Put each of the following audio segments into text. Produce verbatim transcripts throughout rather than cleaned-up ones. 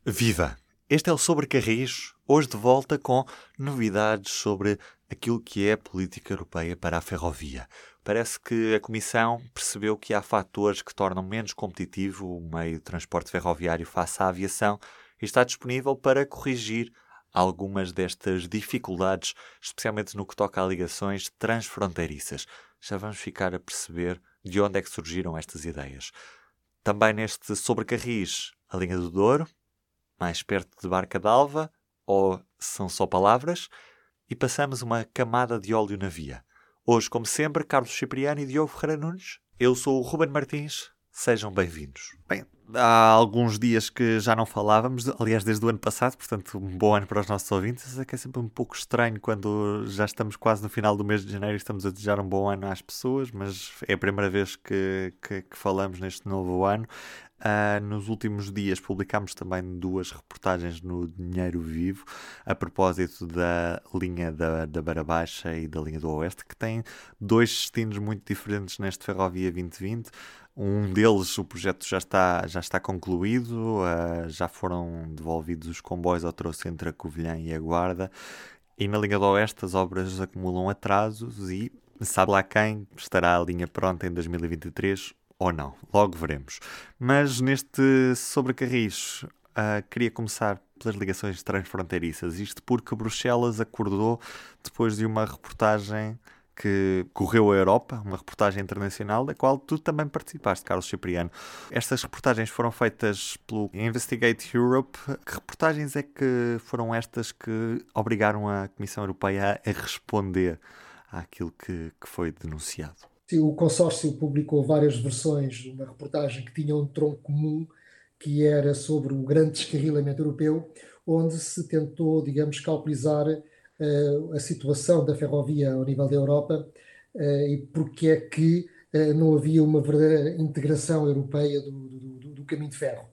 Viva! Este é o Sobre Carris, hoje de volta com novidades sobre aquilo que é a política europeia para a ferrovia. Parece que a Comissão percebeu que há fatores que tornam menos competitivo o meio de transporte ferroviário face à aviação e está disponível para corrigir algumas destas dificuldades, especialmente no que toca a ligações transfronteiriças. Já vamos ficar a perceber de onde é que surgiram estas ideias. Também neste Sobre Carris, a linha do Douro, mais perto de Barca d'Alva, ou são só palavras, e passamos uma camada de óleo na via. Hoje, como sempre, Carlos Cipriano e Diogo Ferreira Nunes. Eu sou o Ruben Martins. Sejam bem-vindos. Bem, há alguns dias que já não falávamos, aliás, desde o ano passado, portanto, um bom ano para os nossos ouvintes. É que é sempre um pouco estranho quando já estamos quase no final do mês de janeiro e estamos a desejar um bom ano às pessoas, mas é a primeira vez que, que, que falamos neste novo ano. Uh, nos últimos dias publicámos também duas reportagens no Dinheiro Vivo a propósito da linha da, da Beira Baixa e da linha do Oeste, que têm dois destinos muito diferentes neste Ferrovia vinte vinte. Um deles, o projeto já está, já está concluído, uh, já foram devolvidos os comboios ao troço entre a Covilhã e a Guarda, e na linha do Oeste as obras acumulam atrasos e sabe lá quem estará a linha pronta em dois mil e vinte e três ou não, logo veremos. Mas neste Sobre Carris, uh, queria começar pelas ligações transfronteiriças. Isto porque Bruxelas acordou depois de uma reportagem que correu a Europa, uma reportagem internacional, da qual tu também participaste, Carlos Cipriano. Estas reportagens foram feitas pelo Investigate Europe. Que reportagens é que foram estas que obrigaram a Comissão Europeia a responder àquilo que, que foi denunciado? O consórcio publicou várias versões de uma reportagem que tinha um tronco comum, que era sobre o grande descarrilamento europeu, onde se tentou, digamos, calculizar uh, a situação da ferrovia ao nível da Europa uh, e porque é que uh, não havia uma verdadeira integração europeia do, do, do caminho de ferro.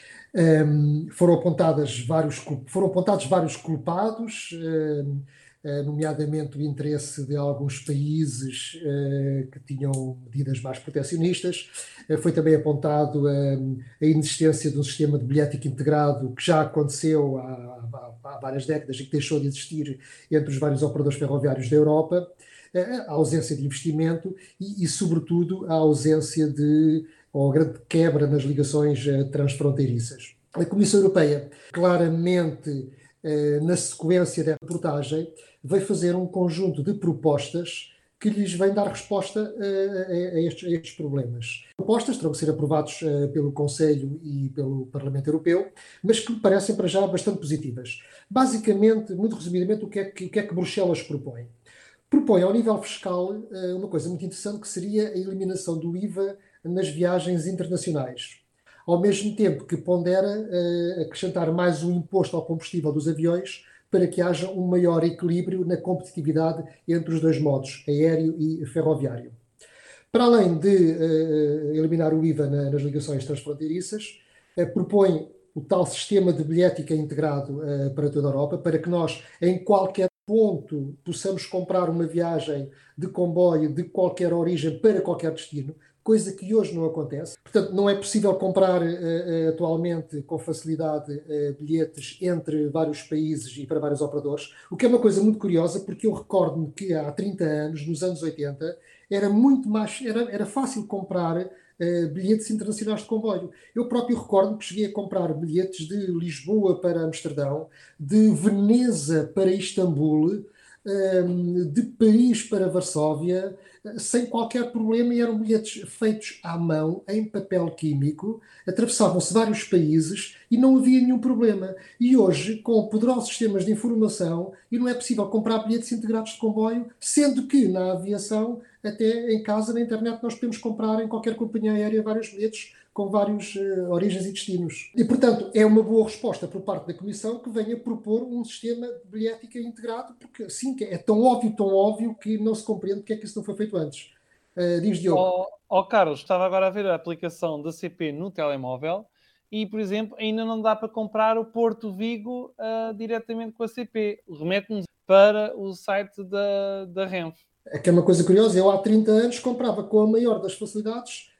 Um, foram, apontadas vários, foram apontados vários culpados, um, nomeadamente o interesse de alguns países uh, que tinham medidas mais protecionistas. Uh, foi também apontado uh, a inexistência de um sistema de bilhética integrado que já aconteceu há, há, há várias décadas e que deixou de existir entre os vários operadores ferroviários da Europa, uh, a ausência de investimento e, e, sobretudo, a ausência de, ou a grande quebra nas ligações uh, transfronteiriças. A Comissão Europeia, claramente, na sequência da reportagem, veio fazer um conjunto de propostas que lhes vêm dar resposta a, a, estes, a estes problemas. Propostas terão que ser aprovadas pelo Conselho e pelo Parlamento Europeu, mas que me parecem para já bastante positivas. Basicamente, muito resumidamente, o que é que, o que, é que Bruxelas propõe? Propõe ao nível fiscal uma coisa muito interessante, que seria a eliminação do I V A nas viagens internacionais, ao mesmo tempo que pondera uh, acrescentar mais um imposto ao combustível dos aviões para que haja um maior equilíbrio na competitividade entre os dois modos, aéreo e ferroviário. Para além de uh, eliminar o I V A na, nas ligações transfronteiriças, uh, propõe o tal sistema de bilhética integrado uh, para toda a Europa, para que nós, em qualquer ponto, possamos comprar uma viagem de comboio de qualquer origem para qualquer destino, coisa que hoje não acontece. Portanto, não é possível comprar uh, atualmente com facilidade uh, bilhetes entre vários países e para vários operadores, o que é uma coisa muito curiosa, porque eu recordo-me que há trinta anos, nos anos oitenta, era muito mais, era, era fácil comprar uh, bilhetes internacionais de comboio. Eu próprio recordo-me que cheguei a comprar bilhetes de Lisboa para Amsterdão, de Veneza para Istambul, um, de Paris para Varsóvia, sem qualquer problema, e eram bilhetes feitos à mão, em papel químico, atravessavam-se vários países e não havia nenhum problema. E hoje, com poderosos sistemas de informação, e não é possível comprar bilhetes integrados de comboio, sendo que na aviação, até em casa, na internet, nós podemos comprar em qualquer companhia aérea vários bilhetes com várias uh, origens e destinos. E, portanto, é uma boa resposta por parte da Comissão que venha propor um sistema de bilhética integrado, porque, sim, é tão óbvio, tão óbvio, que não se compreende porque é que isso não foi feito antes. Uh, diz Diogo. Ó oh, oh, Carlos, estava agora a ver a aplicação da C P no telemóvel e, por exemplo, ainda não dá para comprar o Porto Vigo uh, diretamente com a C P. Remete-nos para o site da, da Renfe. É que é uma coisa curiosa, eu há trinta anos comprava com a maior das facilidades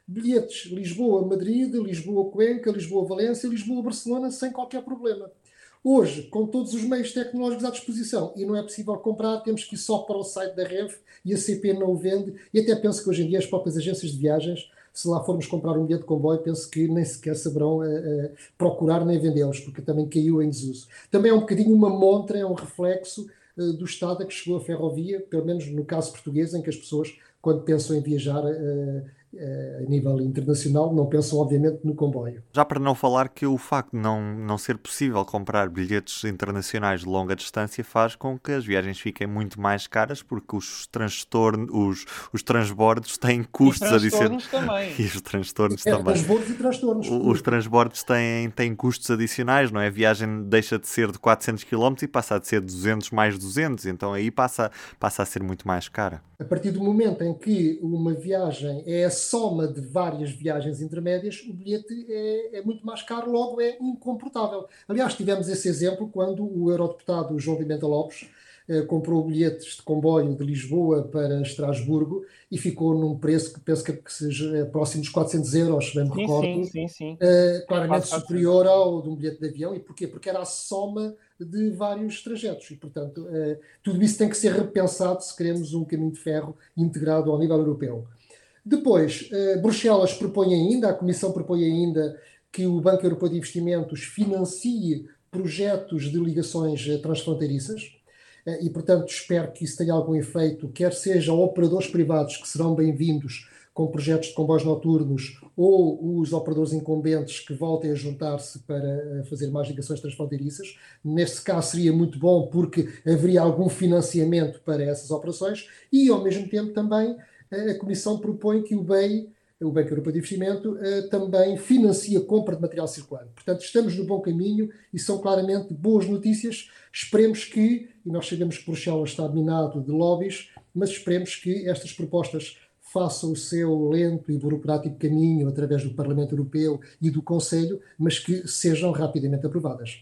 bilhetes Lisboa-Madrid, Lisboa-Cuenca, Lisboa-Valência, Lisboa-Barcelona, sem qualquer problema. Hoje, com todos os meios tecnológicos à disposição, e não é possível comprar, temos que ir só para o site da Renfe, e a C P não o vende, e até penso que hoje em dia as próprias agências de viagens, se lá formos comprar um bilhete de comboio, penso que nem sequer saberão uh, uh, procurar nem vendê-los, porque também caiu em desuso. Também é um bocadinho uma montra, é um reflexo uh, do estado a que chegou a ferrovia, pelo menos no caso português, em que as pessoas, quando pensam em viajar uh, a nível internacional, não pensam obviamente no comboio. Já para não falar que o facto de não, não ser possível comprar bilhetes internacionais de longa distância faz com que as viagens fiquem muito mais caras, porque os transtornos, os, os transbordos têm custos adicionais. Também. E os transtornos é, também. Transbordos e transtornos. O, os transbordos têm, têm custos adicionais, não é? A viagem deixa de ser de quatrocentos quilómetros e passa a ser duzentos mais duzentos, então aí passa, passa a ser muito mais cara. A partir do momento em que uma viagem é a soma de várias viagens intermédias, o bilhete é, é muito mais caro, logo é incomportável. Aliás, tivemos esse exemplo quando o eurodeputado João Pimenta Lopes eh, comprou bilhetes de comboio de Lisboa para Estrasburgo e ficou num preço que penso que, que seja próximo dos quatrocentos euros, se bem me sim, recordo, sim, sim, sim. Eh, claramente superior ao de um bilhete de avião. E porquê? Porque era a soma de vários trajetos e, portanto, eh, tudo isso tem que ser repensado se queremos um caminho de ferro integrado ao nível europeu. Depois, eh, Bruxelas propõe ainda, a Comissão propõe ainda que o Banco Europeu de Investimentos financie projetos de ligações eh, transfronteiriças eh, e, portanto, espero que isso tenha algum efeito, quer sejam operadores privados que serão bem-vindos com projetos de comboios noturnos ou os operadores incumbentes que voltem a juntar-se para fazer mais ligações transfronteiriças. Neste caso seria muito bom porque haveria algum financiamento para essas operações e, ao mesmo tempo, também a Comissão propõe que o B E I, o Banco Europeu de Investimento, também financie a compra de material circulante. Portanto, estamos no bom caminho e são claramente boas notícias. Esperemos que, e nós sabemos que Bruxelas está minado de lobbies, mas esperemos que estas propostas façam o seu lento e burocrático caminho através do Parlamento Europeu e do Conselho, mas que sejam rapidamente aprovadas.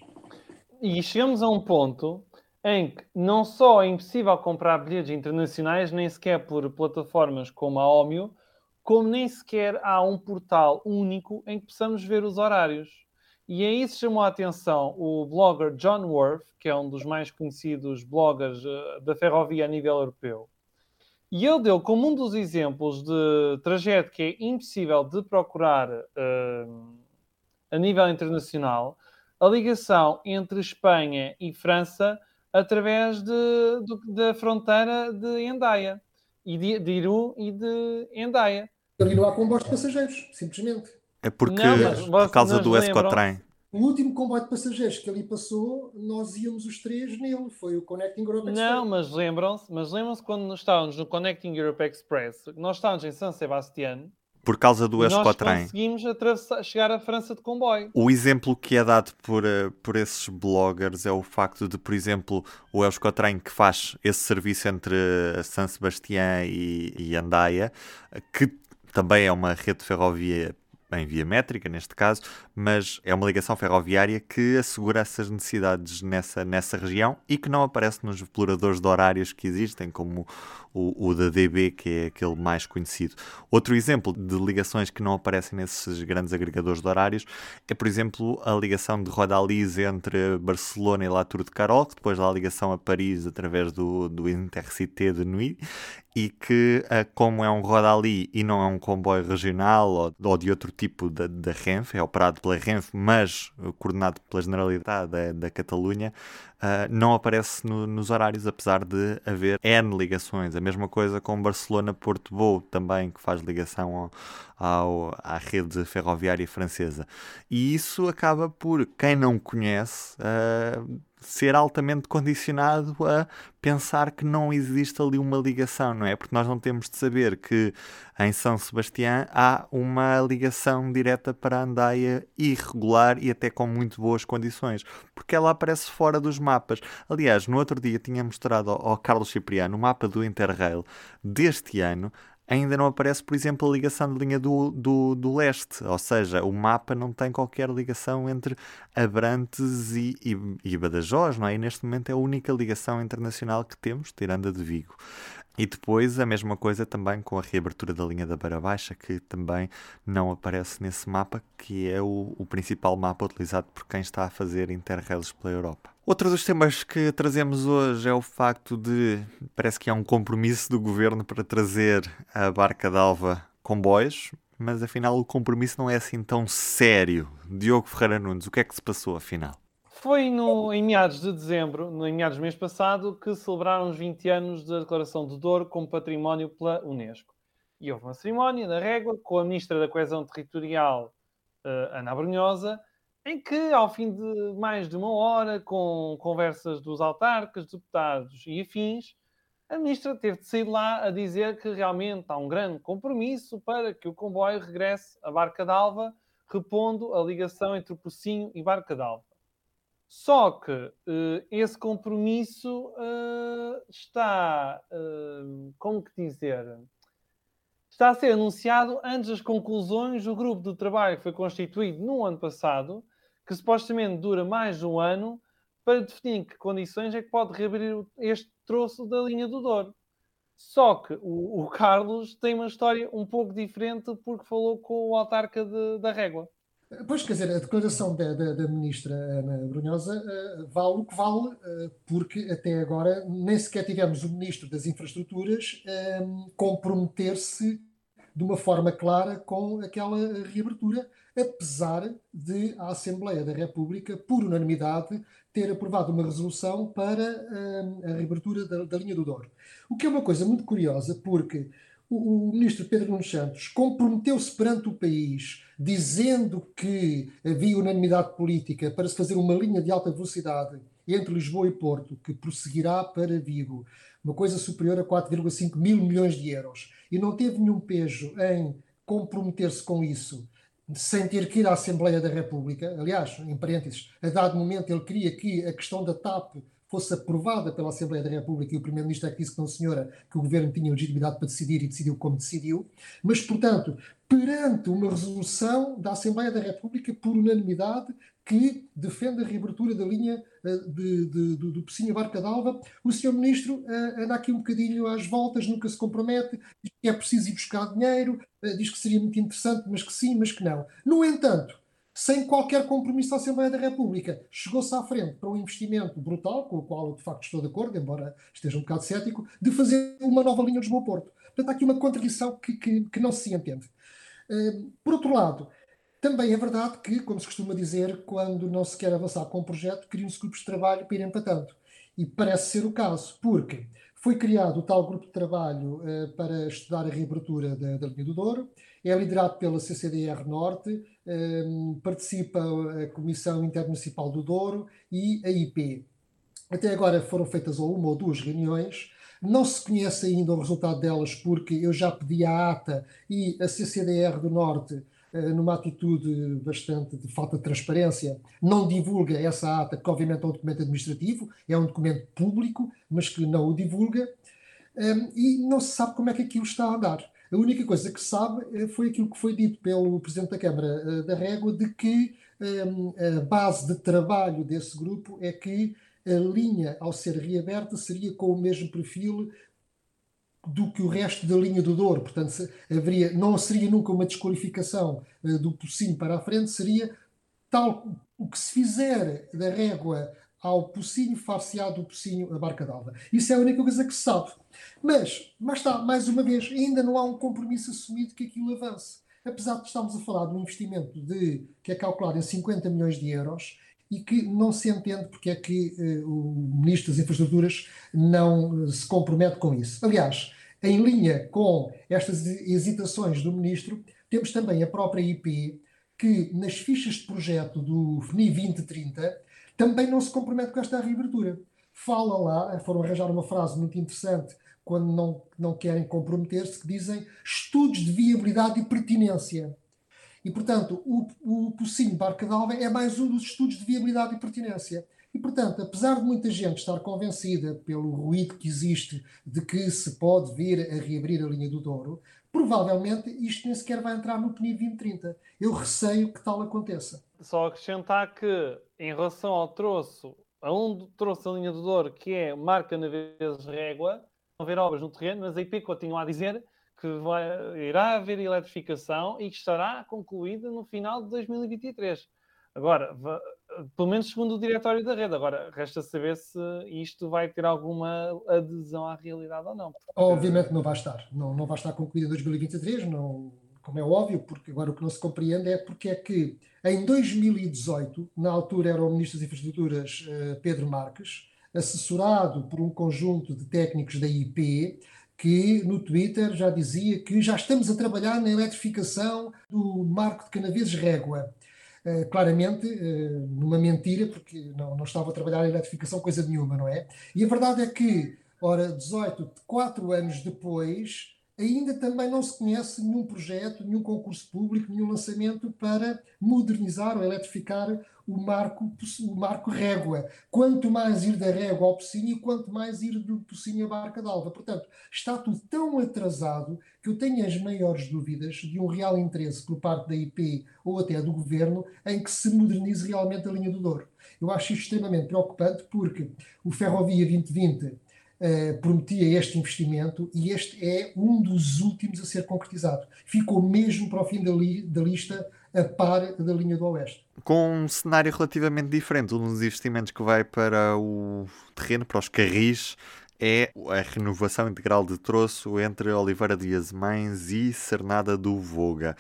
E chegamos a um ponto em que não só é impossível comprar bilhetes internacionais, nem sequer por plataformas como a Ómio, como nem sequer há um portal único em que possamos ver os horários. E a isso chamou a atenção o blogger John Worth, que é um dos mais conhecidos bloggers da ferrovia a nível europeu. E ele deu como um dos exemplos de trajeto que é impossível de procurar uh, a nível internacional a ligação entre Espanha e França através de, de, da fronteira de Hendaia, e de, de Iru e de Hendaia. Ali não há comboios de passageiros, simplesmente. É porque, não, mas, por causa do Escotrem. O último comboio de passageiros que ali passou, nós íamos os três nele. Foi o Connecting Europe Express. Não, mas lembram-se, mas lembram-se quando estávamos no Connecting Europe Express, nós estávamos em San Sebastián. Por causa do Escotrem. Nós conseguimos atravessar, chegar à França de comboio. O exemplo que é dado por, por esses bloggers é o facto de, por exemplo, o Escotrem, que faz esse serviço entre San Sebastián e, e Hendaia, que também é uma rede de ferrovia em via métrica, neste caso, mas é uma ligação ferroviária que assegura essas necessidades nessa, nessa região e que não aparece nos exploradores de horários que existem, como o, o da D B, que é aquele mais conhecido. Outro exemplo de ligações que não aparecem nesses grandes agregadores de horários é, por exemplo, a ligação de Rodalies entre Barcelona e La Tour de Carol, que depois dá a ligação a Paris através do, do Intercité de Nuit, e que, como é um Rodali e não é um comboio regional ou, ou de outro tipo da, da Renfe, é operado pela Renfe, mas coordenado pela Generalitat da, da Catalunha, uh, não aparece no, nos horários, apesar de haver N ligações. A mesma coisa com Barcelona-Porto-Bou, também, que faz ligação ao, ao, à rede ferroviária francesa. E isso acaba por, quem não conhece, uh, ser altamente condicionado a pensar que não existe ali uma ligação, não é? Porque nós não temos de saber que em São Sebastião há uma ligação direta para a Hendaia irregular e até com muito boas condições, porque ela aparece fora dos mapas. Aliás, no outro dia tinha mostrado ao Carlos Cipriano o mapa do Interrail deste ano. Ainda não aparece, por exemplo, a ligação de linha do, do, do leste, ou seja, o mapa não tem qualquer ligação entre Abrantes e, e, e Badajoz, não é? E neste momento é a única ligação internacional que temos, tirando a de Vigo. E depois a mesma coisa também com a reabertura da linha da Beira Baixa, que também não aparece nesse mapa, que é o, o principal mapa utilizado por quem está a fazer Interrails pela Europa. Outro dos temas que trazemos hoje é o facto de, parece que há um compromisso do governo para trazer a Barca d'Alva comboios, mas afinal o compromisso não é assim tão sério. Diogo Ferreira Nunes, o que é que se passou afinal? Foi no, em meados de dezembro, no, em meados do mês passado, que celebraram os vinte anos da Declaração do Douro como Património pela Unesco. E houve uma cerimónia na Régua com a Ministra da Coesão Territorial, uh, Ana Abrunhosa, em que, ao fim de mais de uma hora, com conversas dos autarcas, deputados e afins, a Ministra teve de sair lá a dizer que realmente há um grande compromisso para que o comboio regresse à Barca d'Alva, repondo a ligação entre o Pocinho e Barca d'Alva. Só que uh, esse compromisso uh, está, uh, como que dizer, está a ser anunciado antes das conclusões do grupo de trabalho que foi constituído no ano passado, que supostamente dura mais de um ano, para definir em que condições é que pode reabrir este troço da linha do Douro. Só que o, o Carlos tem uma história um pouco diferente porque falou com o autarca de, da Régua. Pois, quer dizer, a declaração da, da, da ministra Ana Brunhosa uh, vale o que vale, uh, porque até agora nem sequer tivemos o ministro das Infraestruturas um, comprometer-se de uma forma clara com aquela reabertura, apesar de a Assembleia da República, por unanimidade, ter aprovado uma resolução para um, a reabertura da, da linha do Douro. O que é uma coisa muito curiosa, porque o, o ministro Pedro Nuno Santos comprometeu-se perante o país, dizendo que havia unanimidade política para se fazer uma linha de alta velocidade entre Lisboa e Porto, que prosseguirá para Vigo, uma coisa superior a quatro vírgula cinco mil milhões de euros, e não teve nenhum pejo em comprometer-se com isso, sem ter que ir à Assembleia da República. Aliás, em parênteses, a dado momento ele queria que a questão da TAP fosse aprovada pela Assembleia da República, e o Primeiro-Ministro é que disse que não, senhora, que o Governo tinha legitimidade para decidir e decidiu como decidiu. Mas, portanto, perante uma resolução da Assembleia da República, por unanimidade, que defende a reabertura da linha de, de, de, do Pocinho a Barca d'Alva, o senhor Ministro uh, anda aqui um bocadinho às voltas, nunca se compromete, diz que é preciso ir buscar dinheiro, uh, diz que seria muito interessante, mas que sim, mas que não. No entanto, sem qualquer compromisso da Assembleia da República, chegou-se à frente para um investimento brutal, com o qual eu de facto estou de acordo, embora esteja um bocado cético, de fazer uma nova linha de Lisboa-Porto. Portanto, há aqui uma contradição que, que, que não se entende. Uh, por outro lado, também é verdade que, como se costuma dizer, quando não se quer avançar com um projeto, criam-se grupos de trabalho para ir empatando. E parece ser o caso, porque foi criado o tal grupo de trabalho uh, para estudar a reabertura da, da linha do Douro, é liderado pela C C D R Norte, um, participa a Comissão Intermunicipal do Douro e a I P. Até agora foram feitas ou uma ou duas reuniões, não se conhece ainda o resultado delas, porque eu já pedi a ata e a C C D R do Norte, numa atitude bastante de falta de transparência, não divulga essa ata, que obviamente é um documento administrativo, é um documento público, mas que não o divulga, e não se sabe como é que aquilo está a andar. A única coisa que se sabe foi aquilo que foi dito pelo Presidente da Câmara da Régua, de que a base de trabalho desse grupo é que a linha, ao ser reaberta, seria com o mesmo perfil do que o resto da linha do Douro. Portanto, haveria, não seria nunca uma desqualificação uh, do Pocinho para a frente, seria tal o que se fizer da Régua ao Pocinho, far-se-á do Pocinho a Barca d'Alva. Isso é a única coisa que se sabe. Mas, mas está, mais uma vez, ainda não há um compromisso assumido que aquilo avance. Apesar de estarmos a falar de um investimento de, que é calculado em cinquenta milhões de euros, e que não se entende porque é que uh, o Ministro das Infraestruturas não uh, se compromete com isso. Aliás, em linha com estas hesitações do Ministro, temos também a própria I P, que nas fichas de projeto do F N I vinte trinta também não se compromete com esta reabertura. Fala lá, foram arranjar uma frase muito interessante quando não, não querem comprometer-se, que dizem estudos de viabilidade e pertinência. E, portanto, o, o Pocinho Barca d'Alva é mais um dos estudos de viabilidade e pertinência. E, portanto, apesar de muita gente estar convencida pelo ruído que existe de que se pode vir a reabrir a linha do Douro, provavelmente isto nem sequer vai entrar no P N I vinte trinta. Eu receio que tal aconteça. Só acrescentar que, em relação ao troço, a um troço da linha do Douro, que é marca na vezes régua, haver obras no terreno, mas a I P continua a dizer que vai, irá haver eletrificação e que estará concluída no final de dois mil e vinte e três. Agora, pelo menos segundo o diretório da rede. Agora, resta saber se isto vai ter alguma adesão à realidade ou não. Porque... Obviamente não vai estar. Não, não vai estar concluído em dois mil e vinte e três, não, como é óbvio, porque agora o que não se compreende é porque é que em dois mil e dezoito, na altura era o Ministro das Infraestruturas Pedro Marques, assessorado por um conjunto de técnicos da I P, que no Twitter já dizia que já estamos a trabalhar na eletrificação do Marco de Canaveses-Régua. Uh, claramente, uh, numa mentira, porque não, não estava a trabalhar em eletrificação coisa nenhuma, não é? E a verdade é que, ora, dezoito, quatro anos depois, ainda também não se conhece nenhum projeto, nenhum concurso público, nenhum lançamento para modernizar ou eletrificar o Marco, o Marco Régua. Quanto mais ir da Régua ao Pocinho, quanto mais ir do Pocinho à Barca d'Alva. Portanto, está tudo tão atrasado que eu tenho as maiores dúvidas de um real interesse por parte da I P ou até do Governo em que se modernize realmente a linha do Douro. Eu acho isto extremamente preocupante porque o Ferrovia vinte vinte Uh, prometia este investimento e este é um dos últimos a ser concretizado. Ficou mesmo para o fim da, li da lista a par da linha do Oeste. Com um cenário relativamente diferente, um dos investimentos que vai para o terreno, para os carris, é a renovação integral de troço entre Oliveira de Azemães e Cernada do Voga,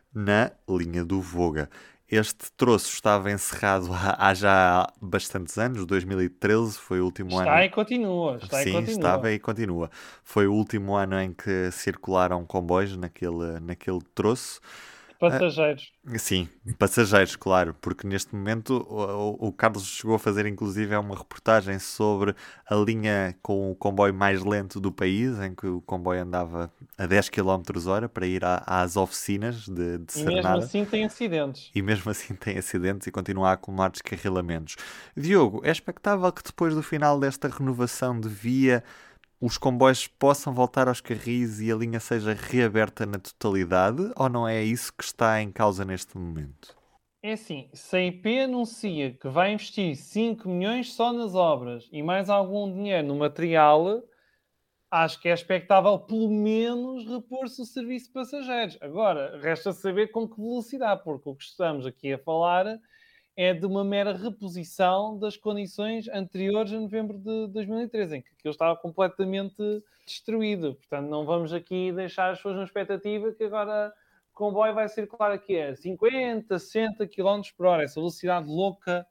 na linha do Voga. Este troço estava encerrado há, há já bastantes anos, dois mil e treze foi o último está ano... Está e continua. Está Sim, e continua. estava e continua. Foi o último ano em que circularam comboios naquele, naquele troço. Passageiros. Uh, sim, passageiros, claro, porque neste momento o, o Carlos chegou a fazer inclusive uma reportagem sobre a linha com o comboio mais lento do país, em que o comboio andava a dez quilómetros hora para ir à, às oficinas de, de Cernada. E mesmo assim tem acidentes. E mesmo assim tem acidentes e continua a acumular descarrilamentos. Diogo, é expectável que depois do final desta renovação de via os comboios possam voltar aos carris e a linha seja reaberta na totalidade, ou não é isso que está em causa neste momento? É assim, se a I P anuncia que vai investir cinco milhões só nas obras e mais algum dinheiro no material, acho que é expectável pelo menos repor-se o serviço de passageiros. Agora, resta saber com que velocidade, porque o que estamos aqui a falar é de uma mera reposição das condições anteriores a novembro de dois mil e treze, em que aquilo estava completamente destruído. Portanto, não vamos aqui deixar as pessoas na expectativa que agora o comboio vai circular aqui a cinquenta, sessenta quilómetros por hora, essa velocidade louca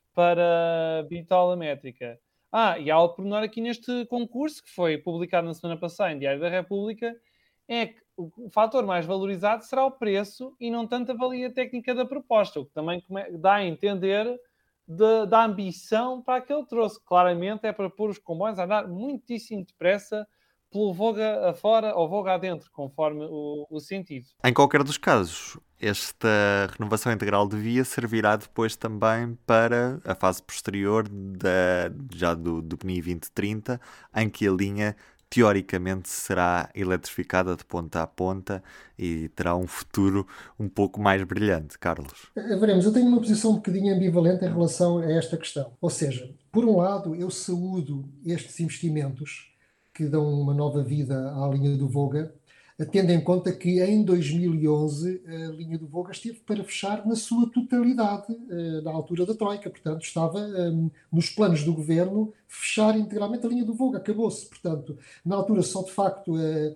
para bitola métrica. Ah, e há algo por menor aqui neste concurso, que foi publicado na semana passada em Diário da República, é que o fator mais valorizado será o preço e não tanto a valia técnica da proposta, o que também dá a entender de, da ambição para aquele troço. Claramente é para pôr os comboios a andar muitíssimo depressa pelo Voga afora ou Voga adentro, conforme o, o sentido. Em qualquer dos casos, esta renovação integral de via servirá depois também para a fase posterior da, já do, do P N I vinte trinta, em que a linha teoricamente será eletrificada de ponta a ponta e terá um futuro um pouco mais brilhante. Carlos? Veremos, eu tenho uma posição um bocadinho ambivalente em relação a esta questão. Ou seja, por um lado, eu saúdo estes investimentos que dão uma nova vida à linha do Voga, tendo em conta que em dois mil e onze a linha do Voga esteve para fechar na sua totalidade, na altura da Troika. Portanto, estava um, nos planos do governo fechar integralmente a linha do Voga. Acabou-se. Portanto, na altura só de facto uh, uh,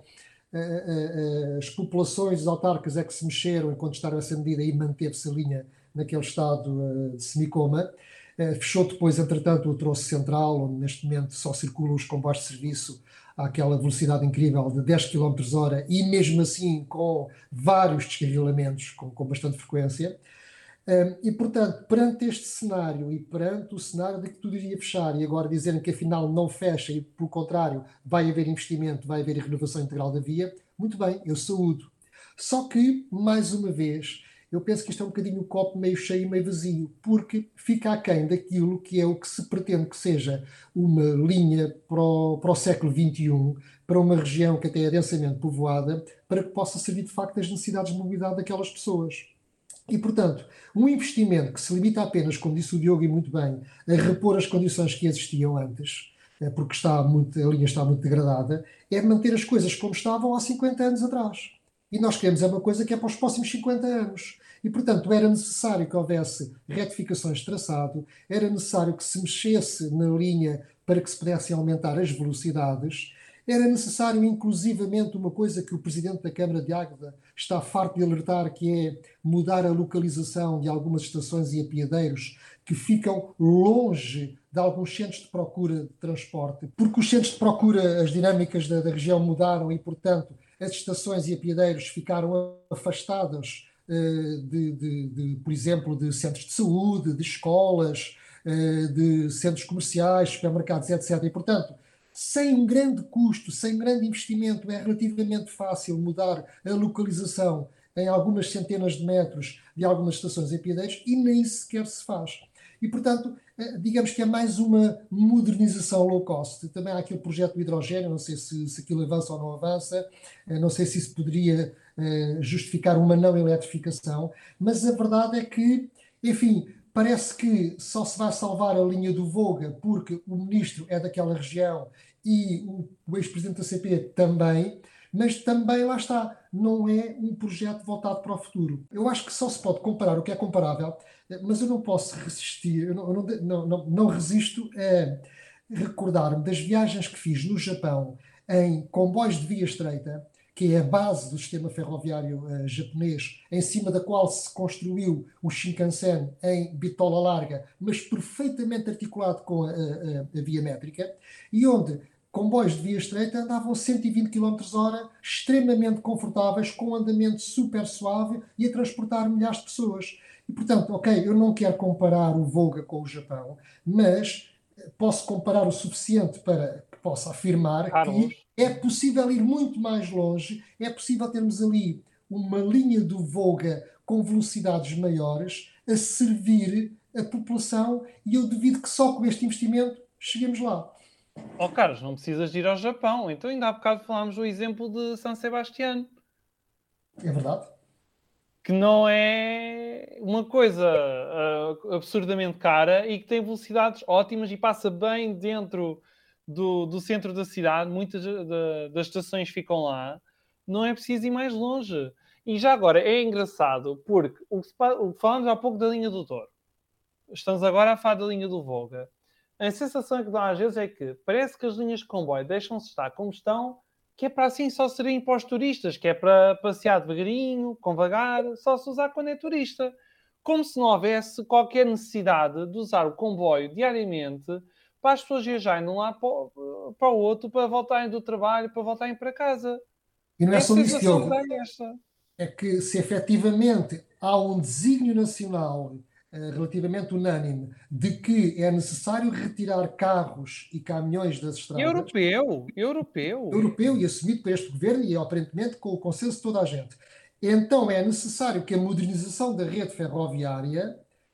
uh, as populações, os autarcas é que se mexeram enquanto estava essa medida e manteve-se a linha naquele estado uh, de semicoma. Uh, fechou depois, entretanto, o troço central, onde neste momento só circulam os comboios de serviço àquela velocidade incrível de dez quilómetros hora e mesmo assim com vários descarrilamentos com, com bastante frequência. Um, e, portanto, perante este cenário e perante o cenário de que tudo iria fechar e agora dizerem que afinal não fecha e, pelo contrário, vai haver investimento, vai haver renovação integral da via, muito bem, eu saúdo. Só que, mais uma vez, eu penso que isto é um bocadinho o copo meio cheio e meio vazio, porque fica aquém daquilo que é o que se pretende que seja uma linha para o, para o século vinte e um, para uma região que até é densamente povoada, para que possa servir de facto às necessidades de mobilidade daquelas pessoas. E, portanto, um investimento que se limita apenas, como disse o Diogo e muito bem, a repor as condições que existiam antes, porque está muito, a linha está muito degradada, é manter as coisas como estavam há cinquenta anos atrás. E nós queremos é uma coisa que é para os próximos cinquenta anos. E, portanto, era necessário que houvesse retificações de traçado, era necessário que se mexesse na linha para que se pudessem aumentar as velocidades, era necessário, inclusivamente, uma coisa que o Presidente da Câmara de Águeda está farto de alertar, que é mudar a localização de algumas estações e apiadeiros que ficam longe de alguns centros de procura de transporte, porque os centros de procura, as dinâmicas da, da região mudaram e, portanto, as estações e apiadeiros ficaram afastadas, uh, de, de, de, por exemplo, de centros de saúde, de escolas, uh, de centros comerciais, supermercados, etcétera. E, portanto, sem um grande custo, sem grande investimento, é relativamente fácil mudar a localização em algumas centenas de metros de algumas estações e apiadeiros e nem sequer se faz. E, portanto, digamos que é mais uma modernização low cost. Também há aquele projeto do hidrogênio, não sei se, se aquilo avança ou não avança, não sei se isso poderia uh, justificar uma não eletrificação, mas a verdade é que, enfim, parece que só se vai salvar a linha do Voga porque o ministro é daquela região e o, o ex-presidente da C P também, mas também, lá está, não é um projeto voltado para o futuro. Eu acho que só se pode comparar o que é comparável, mas eu não posso resistir, eu não, não, não, não resisto a recordar-me das viagens que fiz no Japão em comboios de via estreita, que é a base do sistema ferroviário uh, japonês, em cima da qual se construiu o Shinkansen em bitola larga, mas perfeitamente articulado com a, a, a via métrica, e onde comboios de via estreita andavam cento e vinte quilómetros hora, extremamente confortáveis, com um andamento super suave e a transportar milhares de pessoas. E, portanto, ok, eu não quero comparar o Voga com o Japão, mas posso comparar o suficiente para que possa afirmar Carlos. que é possível ir muito mais longe, é possível termos ali uma linha do Voga com velocidades maiores a servir a população e eu duvido que só com este investimento cheguemos lá. Oh, Carlos, não precisas de ir ao Japão. Então, ainda há bocado falámos do exemplo de San Sebastián. É verdade. Que não é uma coisa uh, absurdamente cara e que tem velocidades ótimas e passa bem dentro do, do centro da cidade. Muitas de, das estações ficam lá. Não é preciso ir mais longe. E já agora, é engraçado porque o que, se, o que falamos há pouco da linha do Douro. Estamos agora a falar da linha do Volga. A sensação que dá às vezes é que parece que as linhas de comboio deixam-se estar como estão, que é para assim só serem para os turistas, que é para passear devagarinho, com vagar, só se usar quando é turista. Como se não houvesse qualquer necessidade de usar o comboio diariamente para as pessoas viajarem de um lado para o outro, para voltarem do trabalho, para voltarem para casa. E não é, É só isso, Diogo. esta. É que se efetivamente há um desígnio nacional relativamente unânime de que é necessário retirar carros e caminhões das estradas. Europeu, europeu. Europeu e assumido por este governo e aparentemente com o consenso de toda a gente. Então é necessário que a modernização da rede ferroviária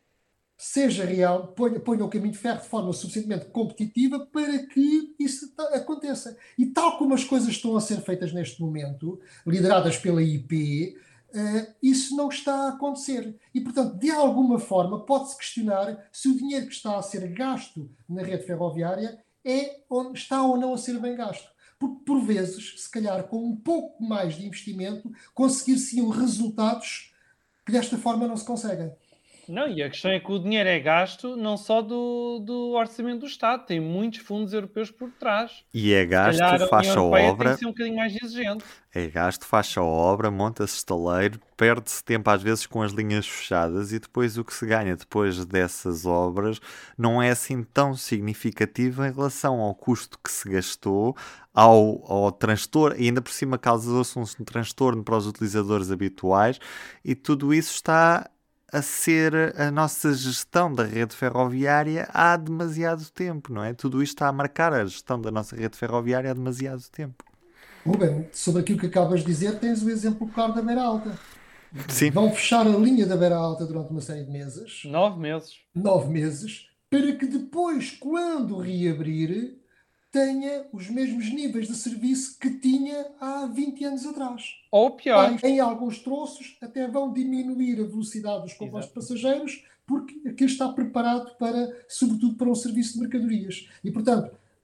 seja real, ponha, ponha o caminho de ferro de forma suficientemente competitiva para que isso aconteça. E tal como as coisas estão a ser feitas neste momento, lideradas pela I P, Uh, isso não está a acontecer. E, portanto, de alguma forma, pode-se questionar se o dinheiro que está a ser gasto na rede ferroviária é ou, está ou não a ser bem gasto. Porque, por vezes, se calhar, com um pouco mais de investimento, conseguir-se-iam resultados que desta forma não se conseguem. Não, e a questão é que o dinheiro é gasto não só do, do orçamento do Estado, tem muitos fundos europeus por trás. E é gasto, calhar, faixa a União obra. Tem que ser um bocadinho mais exigente. É gasto, faixa obra, monta-se estaleiro, perde-se tempo às vezes com as linhas fechadas e depois o que se ganha depois dessas obras não é assim tão significativo em relação ao custo que se gastou, ao, ao transtorno, e ainda por cima causa-se um transtorno para os utilizadores habituais e tudo isso está a ser a nossa gestão da rede ferroviária há demasiado tempo, não é? Tudo isto está a marcar a gestão da nossa rede ferroviária há demasiado tempo. Ruben, sobre aquilo que acabas de dizer, tens o exemplo claro da Beira Alta. Sim. Vão fechar a linha da Beira Alta durante uma série de meses. Nove meses. Nove meses, para que depois, quando reabrir, tenha os mesmos níveis de serviço que tinha há vinte anos atrás. Ou pior. Mas, em alguns troços, até vão diminuir a velocidade dos comboios de passageiros, porque aquilo está preparado para, sobretudo, para um serviço de mercadorias. E, portanto,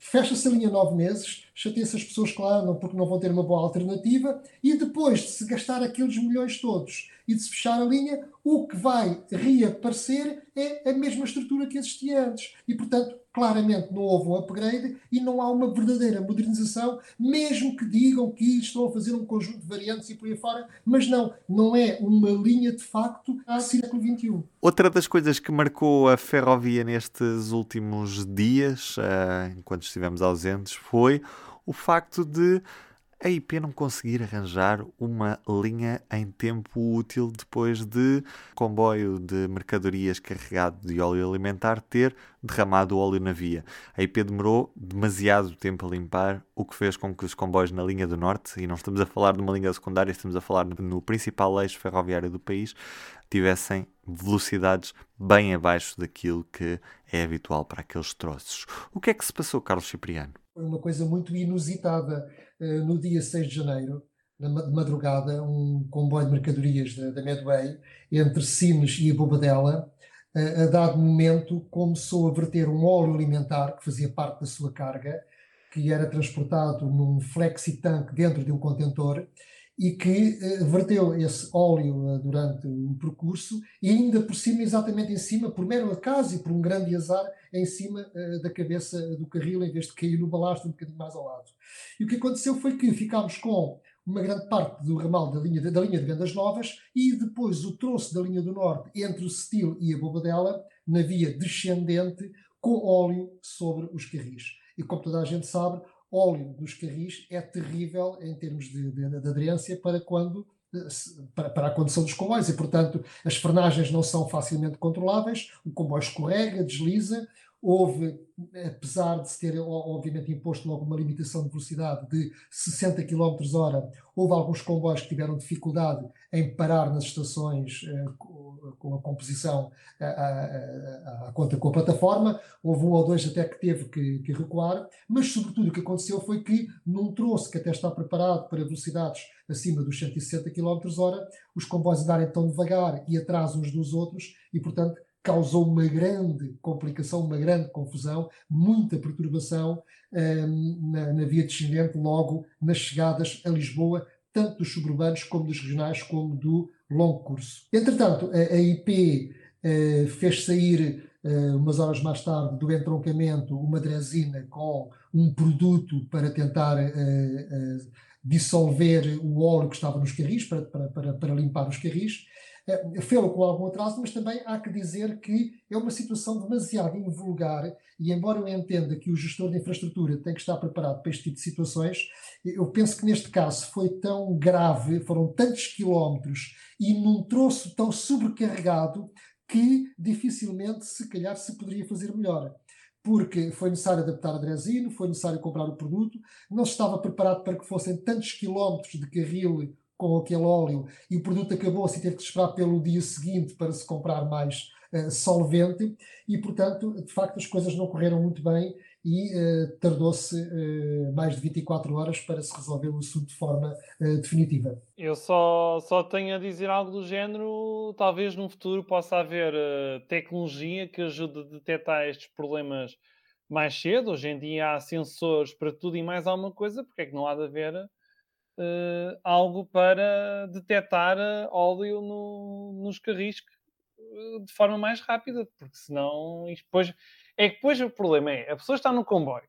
fecha-se a linha nove meses, chateia-se as pessoas que lá andam porque não vão ter uma boa alternativa, e depois de se gastar aqueles milhões todos e de se fechar a linha, o que vai reaparecer é a mesma estrutura que existia antes. E, portanto, claramente não houve um upgrade e não há uma verdadeira modernização, mesmo que digam que estão a fazer um conjunto de variantes e por aí fora, mas não, não é uma linha de facto ao século vinte e um. Outra das coisas que marcou a ferrovia nestes últimos dias, uh, enquanto estivemos ausentes, foi o facto de a I P não conseguir arranjar uma linha em tempo útil depois de comboio de mercadorias carregado de óleo alimentar ter derramado o óleo na via. A I P demorou demasiado tempo a limpar, o que fez com que os comboios na linha do Norte, e não estamos a falar de uma linha secundária, estamos a falar no principal eixo ferroviário do país, tivessem velocidades bem abaixo daquilo que é habitual para aqueles troços. O que é que se passou, Carlos Cipriano? Foi uma coisa muito inusitada. Uh, no dia seis de janeiro, de madrugada, um comboio de mercadorias da, da Medway, entre Sines e a Bobadela, uh, a dado momento começou a verter um óleo alimentar que fazia parte da sua carga, que era transportado num flexi-tanque dentro de um contentor, e que uh, verteu esse óleo uh, durante o percurso e ainda por cima, exatamente em cima, por mero acaso e por um grande azar, em cima uh, da cabeça do carril, em vez de cair no balastro um bocadinho mais ao lado. E o que aconteceu foi que ficámos com uma grande parte do ramal da linha de, da linha de Vendas Novas e depois o troço da linha do Norte entre o Setil e a Bobadela, na via descendente, com óleo sobre os carris. E como toda a gente sabe, óleo dos carris é terrível em termos de, de, de aderência para, quando, para, para a condução dos comboios e, portanto, as frenagens não são facilmente controláveis, o comboio escorrega, desliza. Houve, apesar de se ter, obviamente, imposto logo uma limitação de velocidade de sessenta quilómetros por hora, houve alguns comboios que tiveram dificuldade em parar nas estações uh, com a composição à, à, à conta com a plataforma. Houve um ou dois até que teve que, que recuar, mas, sobretudo, o que aconteceu foi que, num troço que até está preparado para velocidades acima dos cento e sessenta quilómetros por hora, os comboios andarem tão devagar e atrás uns dos outros e, portanto, causou uma grande complicação, uma grande confusão, muita perturbação um, na, na via descendente, logo nas chegadas a Lisboa, tanto dos suburbanos como dos regionais, como do longo curso. Entretanto, a, a I P uh, fez sair, uh, umas horas mais tarde, do entroncamento, uma drezina com um produto para tentar uh, uh, dissolver o óleo que estava nos carris, para, para, para, para limpar os carris. Fê-lo com algum atraso, mas também há que dizer que é uma situação demasiado invulgar e, embora eu entenda que o gestor de infraestrutura tem que estar preparado para este tipo de situações, eu penso que neste caso foi tão grave, foram tantos quilómetros e num troço tão sobrecarregado que dificilmente, se calhar, se poderia fazer melhor. Porque foi necessário adaptar a drezina, foi necessário comprar o produto, não se estava preparado para que fossem tantos quilómetros de carril com aquele óleo e o produto acabou-se e teve que esperar pelo dia seguinte para se comprar mais uh, solvente e, portanto, de facto as coisas não correram muito bem e uh, tardou-se uh, mais de vinte e quatro horas para se resolver o assunto de forma uh, definitiva. Eu só, só tenho a dizer algo do género, talvez no futuro possa haver uh, tecnologia que ajude a detectar estes problemas mais cedo. Hoje em dia há sensores para tudo e mais alguma coisa, porque é que não há de haver Uh, algo para detectar uh, óleo no, nos carris uh, de forma mais rápida, porque senão isto depois... É que depois o problema é, a pessoa está no comboio,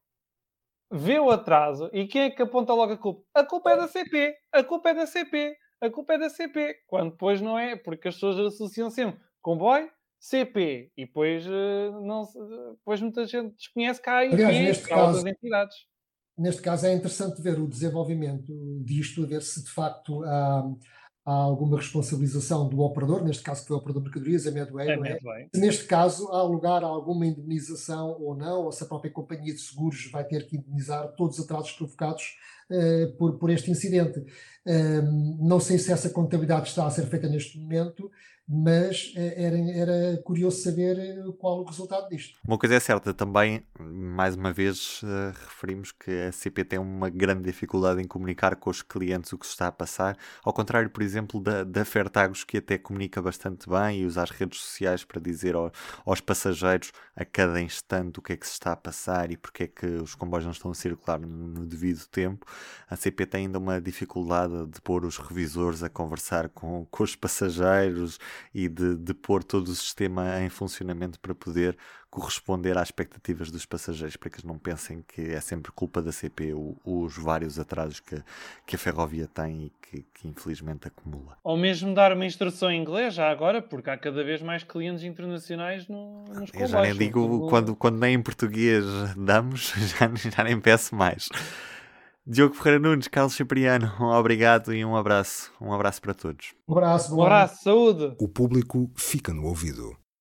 vê o atraso e quem é que aponta logo a culpa? A culpa é da C P, a culpa é da C P, a culpa é da C P, quando depois não é, porque as pessoas associam sempre comboio, C P, e depois, uh, não, depois muita gente desconhece que há A I P e há outras entidades. Neste caso é interessante ver o desenvolvimento disto, a ver se de facto há, há alguma responsabilização do operador, neste caso que foi o operador de mercadorias, a Medway, é não é? Medway. Se neste caso há lugar a alguma indemnização ou não, ou se a própria companhia de seguros vai ter que indemnizar todos os atrasos provocados uh, por, por este incidente. Um, não sei se essa contabilidade está a ser feita neste momento, mas era, era curioso saber qual o resultado disto. Uma coisa é certa, também, mais uma vez, uh, referimos que a C P tem uma grande dificuldade em comunicar com os clientes o que se está a passar, ao contrário, por exemplo, da, da Fertagos, que até comunica bastante bem e usa as redes sociais para dizer ao, aos passageiros a cada instante o que é que se está a passar e porque é que os comboios não estão a circular no, no devido tempo. A C P tem ainda uma dificuldade de pôr os revisores a conversar com, com os passageiros e de, de pôr todo o sistema em funcionamento para poder corresponder às expectativas dos passageiros, para que eles não pensem que é sempre culpa da C P o, os vários atrasos que, que a ferrovia tem e que, que infelizmente acumula. Ou mesmo dar uma instrução em inglês já agora, porque há cada vez mais clientes internacionais no, nos comboios. Eu já nem digo, tudo... quando, quando nem em português damos, já, já nem peço mais. Diogo Ferreira Nunes, Carlos Cipriano, um obrigado e um abraço. Um abraço para todos. Um abraço. Um abraço, saúde. O público fica no ouvido.